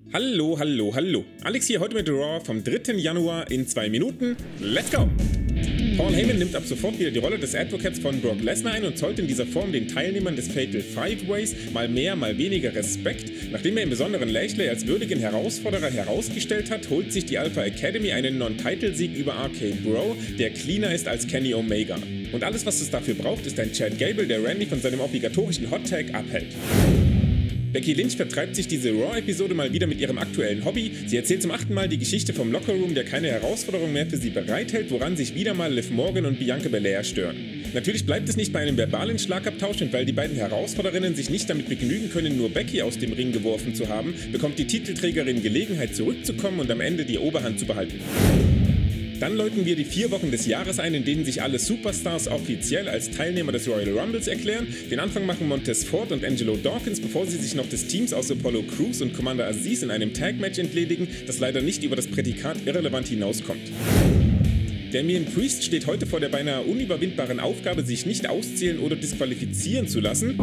Hallo, hallo, hallo. Alex hier heute mit Raw vom 3. Januar in 2 Minuten. Let's go! Paul Heyman nimmt ab sofort wieder die Rolle des Advocates von Brock Lesnar ein und zollt in dieser Form den Teilnehmern des Fatal 5-Ways mal mehr, mal weniger Respekt. Nachdem er im Besonderen Lashley als würdigen Herausforderer herausgestellt hat, holt sich die Alpha Academy einen Non-Title-Sieg über RK Bro, der cleaner ist als Kenny Omega. Und alles, was es dafür braucht, ist ein Chad Gable, der Randy von seinem obligatorischen Hot-Tag abhält. Becky Lynch vertreibt sich diese Raw-Episode mal wieder mit ihrem aktuellen Hobby. Sie erzählt zum 8. Mal die Geschichte vom Lockerroom, der keine Herausforderung mehr für sie bereithält, woran sich wieder mal Liv Morgan und Bianca Belair stören. Natürlich bleibt es nicht bei einem verbalen Schlagabtausch, und weil die beiden Herausforderinnen sich nicht damit begnügen können, nur Becky aus dem Ring geworfen zu haben, bekommt die Titelträgerin Gelegenheit zurückzukommen und am Ende die Oberhand zu behalten. Dann läuten wir die 4 Wochen des Jahres ein, in denen sich alle Superstars offiziell als Teilnehmer des Royal Rumbles erklären. Den Anfang machen Montez Ford und Angelo Dawkins, bevor sie sich noch des Teams aus Apollo Crews und Commander Aziz in einem Tag-Match entledigen, das leider nicht über das Prädikat irrelevant hinauskommt. Damien Priest steht heute vor der beinahe unüberwindbaren Aufgabe, sich nicht auszählen oder disqualifizieren zu lassen.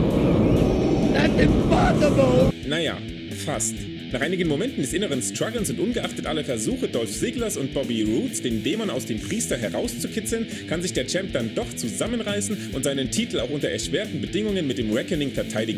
That's impossible! Naja, fast. Nach einigen Momenten des inneren Strugglens und ungeachtet aller Versuche Dolph Ziggler und Bobby Roods, den Dämon aus dem Priester herauszukitzeln, kann sich der Champ dann doch zusammenreißen und seinen Titel auch unter erschwerten Bedingungen mit dem Reckoning verteidigen.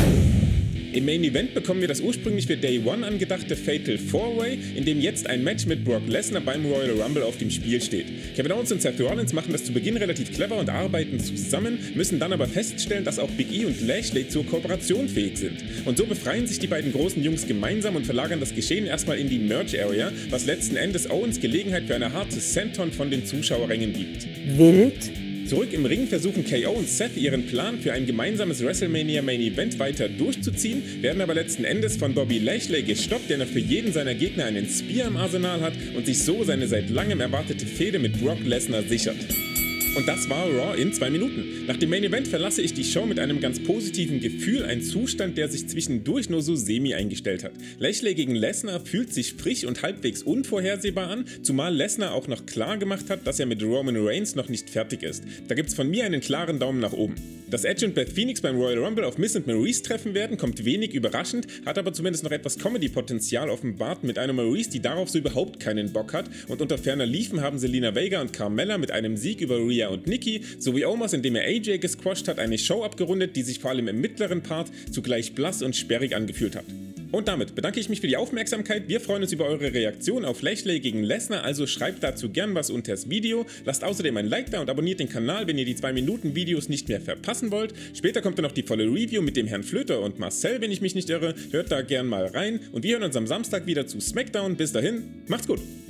Im Main Event bekommen wir das ursprünglich für Day One angedachte Fatal 4-Way, in dem jetzt ein Match mit Brock Lesnar beim Royal Rumble auf dem Spiel steht. Kevin Owens und Seth Rollins machen das zu Beginn relativ clever und arbeiten zusammen, müssen dann aber feststellen, dass auch Big E und Lashley zur Kooperation fähig sind. Und so befreien sich die beiden großen Jungs gemeinsam und verlagern das Geschehen erstmal in die Merch-Area, was letzten Endes Owens Gelegenheit für eine harte Senton von den Zuschauerrängen gibt. Wild? Zurück im Ring versuchen KO und Seth ihren Plan für ein gemeinsames WrestleMania Main Event weiter durchzuziehen, werden aber letzten Endes von Bobby Lashley gestoppt, der noch für jeden seiner Gegner einen Spear im Arsenal hat und sich so seine seit langem erwartete Fehde mit Brock Lesnar sichert. Und das war Raw in 2 Minuten. Nach dem Main Event verlasse ich die Show mit einem ganz positiven Gefühl, ein Zustand, der sich zwischendurch nur so semi eingestellt hat. Lashley gegen Lesnar fühlt sich frisch und halbwegs unvorhersehbar an, zumal Lesnar auch noch klar gemacht hat, dass er mit Roman Reigns noch nicht fertig ist. Da gibt's von mir einen klaren Daumen nach oben. Dass Edge und Beth Phoenix beim Royal Rumble auf Miz und Maurice treffen werden, kommt wenig überraschend, hat aber zumindest noch etwas Comedy-Potenzial offenbart mit einer Maurice, die darauf so überhaupt keinen Bock hat, und unter ferner Liefen haben Zelina Vega und Carmella mit einem Sieg über Rhea und Nikki sowie Omos, indem er AJ gesquasht hat, eine Show abgerundet, die sich vor allem im mittleren Part zugleich blass und sperrig angefühlt hat. Und damit bedanke ich mich für die Aufmerksamkeit. Wir freuen uns über eure Reaktion auf Lashley gegen Lesnar, also schreibt dazu gern was unter das Video. Lasst außerdem ein Like da und abonniert den Kanal, wenn ihr die 2 Minuten Videos nicht mehr verpassen wollt. Später kommt dann noch die volle Review mit dem Herrn Flöter und Marcel, wenn ich mich nicht irre. Hört da gern mal rein und wir hören uns am Samstag wieder zu SmackDown. Bis dahin, macht's gut!